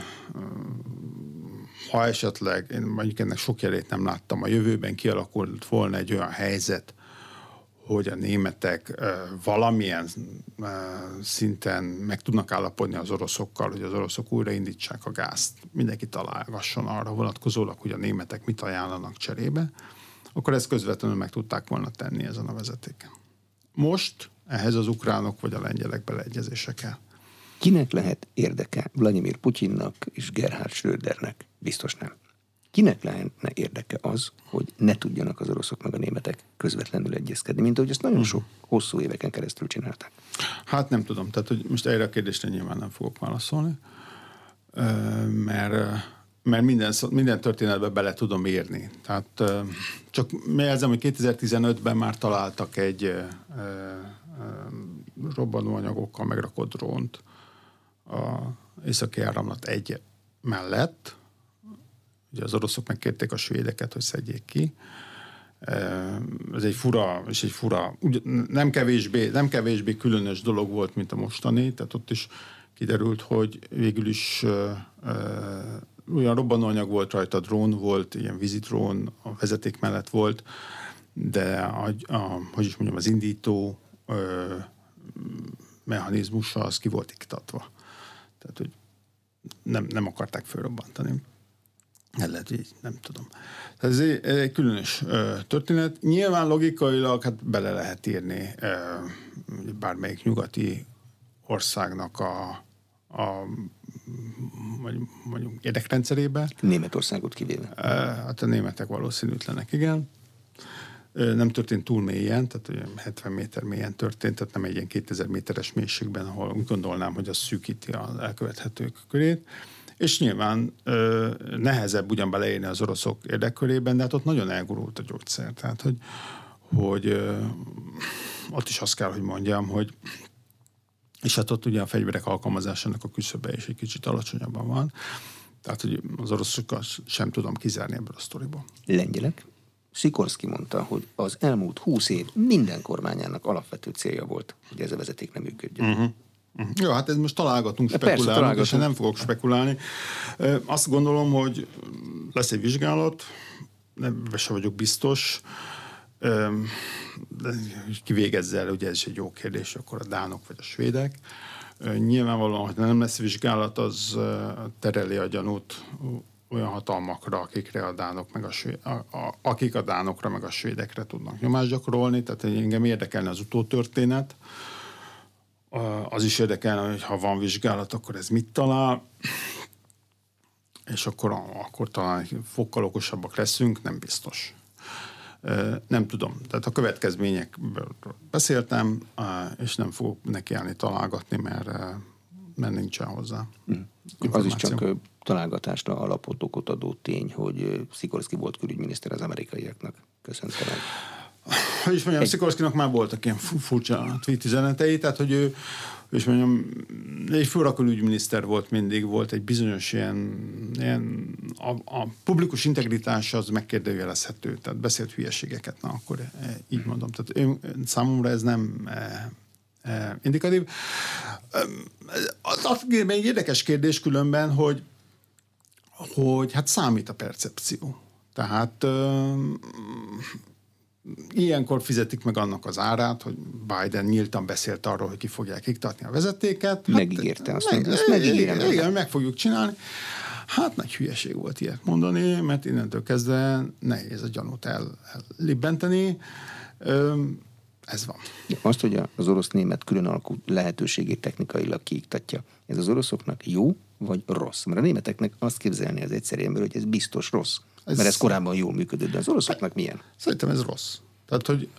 ha esetleg, én mondjuk ennek sok jelét nem láttam, a jövőben kialakult volna egy olyan helyzet, hogy a németek valamilyen szinten meg tudnak állapodni az oroszokkal, hogy az oroszok újraindítsák a gázt, mindenki találgasson arra vonatkozólag, hogy a németek mit ajánlanak cserébe, akkor ezt közvetlenül meg tudták volna tenni ezen a vezetéken. Most ehhez az ukránok vagy a lengyelek beleegyezése kell. Kinek lehet érdeke Vladimir Putyinnak és Gerhard Schrödernek? Biztos nem. Kinek lehetne érdeke az, hogy ne tudjanak az oroszok meg a németek közvetlenül egyezkedni, mint ahogy ezt nagyon sok hosszú éveken keresztül csinálták? Hát nem tudom, tehát hogy most erre a kérdésre nyilván nem fogok válaszolni, mert minden történetbe bele tudom érni. Tehát csak jelzem, hogy 2015-ben már találtak egy robbanóanyagokkal megrakott drónt a északi áramlat 1 mellett. Ugye az oroszok megkérték a svédeket, hogy szedjék ki. Ez egy fura, nem kevésbé különös dolog volt, mint a mostani, tehát ott is kiderült, hogy végül is olyan robbanóanyag volt rajta, drón volt, ilyen vízidrón a vezeték mellett volt, de hogy is mondjam, az indító mechanizmusa az ki volt iktatva. Tehát, hogy nem akarták fölrobbantani. Lehet, így nem tudom. Ez egy különös történet. Nyilván logikailag hát bele lehet írni bármelyik nyugati országnak a mondjuk érdekrendszerébe. Németországot kivéve. Hát a németek valószínűtlenek, igen. Nem történt túl mélyen, tehát 70 méter mélyen történt, tehát nem egy ilyen 2000 méteres mélységben, ahol úgy gondolnám, hogy az szűkíti az elkövethetők körét. És nyilván nehezebb ugyan beleérni az oroszok érdekkörében, de hát ott nagyon elgurult a gyógyszer. Tehát, hogy ott is azt kell, hogy mondjam, hogy és hát ott ugye a fegyverek alkalmazásának a küszöbe is egy kicsit alacsonyabban van. Tehát, hogy az oroszokat sem tudom kizárni ebből a sztoriból. Lengyelek. Sikorszky mondta, hogy az elmúlt 20 év minden kormányának alapvető célja volt, hogy ez a vezeték nem működjön. Jó, hát ez most találgatunk, spekulálunk, és én nem fogok spekulálni. Azt gondolom, hogy lesz egy vizsgálat, ebben sem vagyok biztos, kivégezze el, ugye ez egy jó kérdés, akkor a dánok vagy a svédek. Nyilvánvalóan, hogy nem lesz vizsgálat, az tereli a gyanút olyan hatalmakra, akik a dánokra meg a svédekre tudnak nyomást gyakorolni, tehát engem érdekelne az utótörténet. Az is érdekelne, hogy ha van vizsgálat, akkor ez mit talál, és akkor talán fokkal okosabbak leszünk, nem biztos. Nem tudom. Tehát a következményekből beszéltem, és nem fogok nekiállni találgatni, mert nincsen hozzá. Az is csak találgatásra alapot okot adó tény, hogy Sikorszky volt külügyminiszter az amerikaiaknak. Köszönöm. Hogy is mondjam, Sikorszkynak már voltak ilyen furcsa tweet üzenetei, tehát hogy ő, és mondjam, egy fura külügyminiszter volt mindig, volt egy bizonyos ilyen a publikus integritás az megkérdőjelezhető, tehát beszélt hülyeségeket, na akkor így mondom. Tehát számomra ez nem indikatív. Az egy érdekes kérdés különben, hogy hát számít a percepció. Tehát ilyenkor fizetik meg annak az árát, hogy Biden nyíltan beszélt arról, hogy ki fogják iktatni a vezetéket. Megígérte azt. Megígérem. Igen, meg fogjuk csinálni. Hát nagy hülyeség volt ilyet mondani, mert innentől kezdve nehéz a gyanút ellibbenteni. Ez van. Azt, hogy az orosz-német különalkú lehetőségét technikailag kiiktatja, ez az oroszoknak jó vagy rossz? Mert a németeknek azt képzelni az egyszerű ember, hogy ez biztos rossz. Mert ez korábban jól működött, de az oroszoknak milyen? Szerintem ez rossz. Tehát, hogy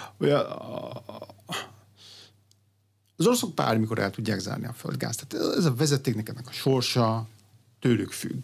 az oroszok bármikor el tudják zárni a földgázt. Tehát ez a vezetéknek ennek a sorsa tőlük függ.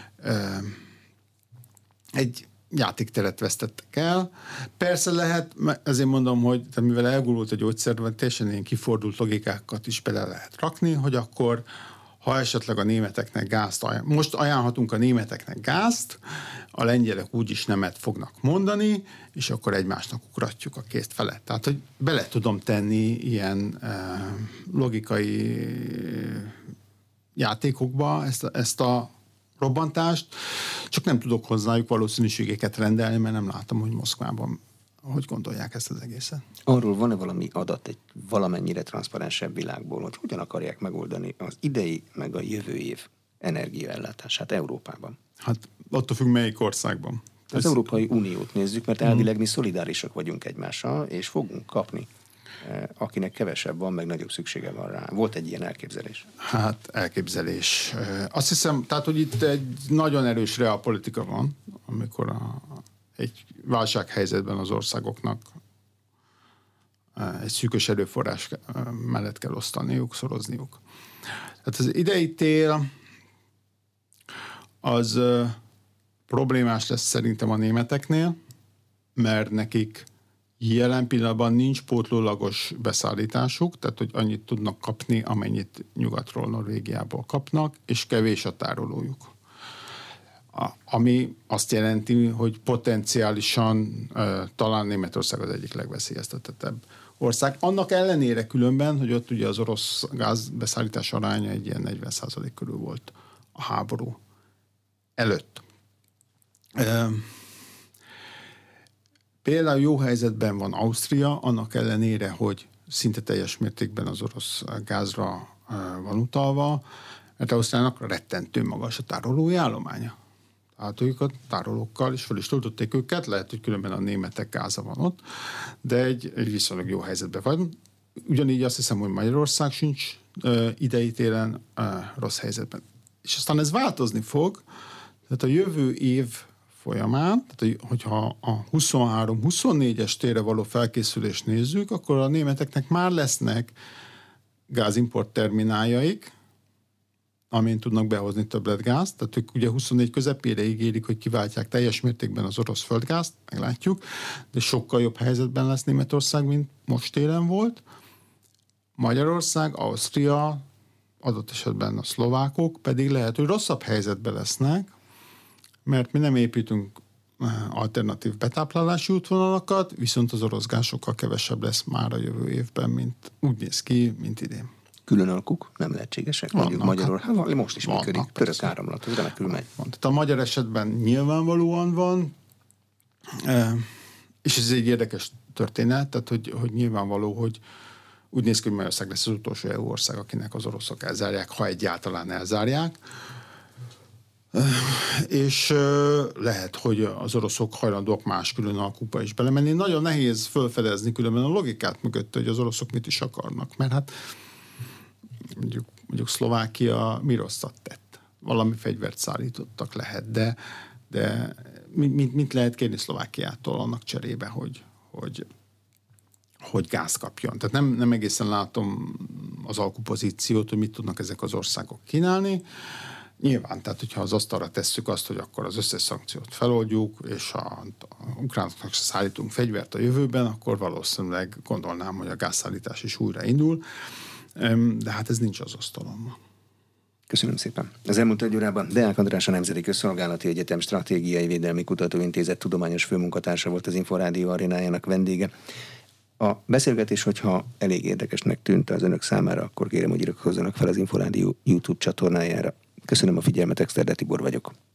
Egy játékteret vesztettek el. Persze lehet, ezért mondom, hogy mivel elgurult a gyógyszerben, teljesen ilyen kifordult logikákat is bele lehet rakni, hogy akkor ha esetleg a németeknek gázt most ajánlhatunk a németeknek gázt, a lengyelek úgyis nemet fognak mondani, és akkor egymásnak ukratjuk a kést felett. Tehát, hogy bele tudom tenni ilyen logikai játékokba ezt a robbantást, csak nem tudok hozzájuk valószínűségeket rendelni, mert nem látom, hogy Moszkvában hogy gondolják ezt az egészet. Arról van-e valami adat egy valamennyire transzparensebb világból, hogy hogyan akarják megoldani az idei meg a jövő év energiaellátását Európában? Hát attól függ, melyik országban. Az Európai Uniót nézzük, mert elvileg mi szolidárisak vagyunk egymással, és fogunk kapni, akinek kevesebb van, meg nagyobb szüksége van rá. Volt egy ilyen elképzelés? Hát elképzelés. Azt hiszem, tehát, hogy itt egy nagyon erős realpolitika van, amikor egy válsághelyzetben az országoknak egy szűkös erőforrás mellett kell osztaniuk, szorozniuk. Tehát az idei tél az problémás lesz szerintem a németeknél, mert nekik jelen pillanatban nincs pótlólagos beszállításuk, tehát hogy annyit tudnak kapni, amennyit nyugatról, Norvégiából kapnak, és kevés a tárolójuk. Ami azt jelenti, hogy potenciálisan talán Németország az egyik legveszélyeztetettebb ország. Annak ellenére különben, hogy ott ugye az orosz gázbeszállítás aránya egy ilyen 40% körül volt a háború előtt. Például jó helyzetben van Ausztria, annak ellenére, hogy szinte teljes mértékben az orosz gázra van utalva, mert Ausztriának rettentő magas a tárolói állománya. Tehát ők a tárolókkal is fel is töltötték őket, lehet, hogy különben a németek gáza van ott, de egy viszonylag jó helyzetben van. Ugyanígy azt hiszem, hogy Magyarország sincs idei télen rossz helyzetben. És aztán ez változni fog, tehát a jövő év folyamán, tehát hogyha a 23-24-es térre való felkészülést nézzük, akkor a németeknek már lesznek gázimport termináljaik, amin tudnak behozni többletgázt. Tehát ők ugye 24 közepére ígérik, hogy kiváltják teljes mértékben az orosz földgázt, meglátjuk, de sokkal jobb helyzetben lesz Németország, mint most télen volt. Magyarország, Ausztria adott esetben a szlovákok pedig lehet, hogy rosszabb helyzetben lesznek, mert mi nem építünk alternatív betáplálási útvonalakat, viszont az orosz gáz sokkal kevesebb lesz már a jövő évben, mint úgy néz ki, mint idén. Külön alkuk nem lehetségesek? Mondjuk Magyarországon most is működik. Török áramlat, az remekül megy. Tehát a magyar esetben nyilvánvalóan van, és ez egy érdekes történet, tehát hogy nyilvánvaló, hogy úgy néz ki, hogy Magyarország lesz az utolsó EU ország, akinek az oroszok elzárják, ha egyáltalán elzárják. És lehet, hogy az oroszok hajlandóak más külön alkuba is belemenni. Nagyon nehéz felfedezni különben a logikát mögött, hogy az oroszok mit is akarnak, mert hát mondjuk Szlovákia mi rosszat tett? Valami fegyvert szállítottak lehet, de mit lehet kérni Szlovákiától annak cserébe, hogy gáz kapjon. Tehát nem egészen látom az alkupozíciót, hogy mit tudnak ezek az országok kínálni. Nyilván, tehát hogyha az asztalra tesszük azt, hogy akkor az összes szankciót feloldjuk, és a ukránoknak se szállítunk fegyvert a jövőben, akkor valószínűleg gondolnám, hogy a gázszállítás is újra indul, de hát ez nincs az asztalon. Köszönöm szépen. Az elmúlt egy órában Deák András, a Nemzeti Közszolgálati Egyetem Stratégiai Védelmi Kutatóintézet tudományos főmunkatársa volt az Inforádió arénájának vendége. A beszélgetés, hogyha elég érdekesnek tűnt az önök számára, akkor kérem, hogy iratkozzanak fel az Inforádió YouTube csatornájára. Köszönöm a figyelmet, Exterde Tibor vagyok.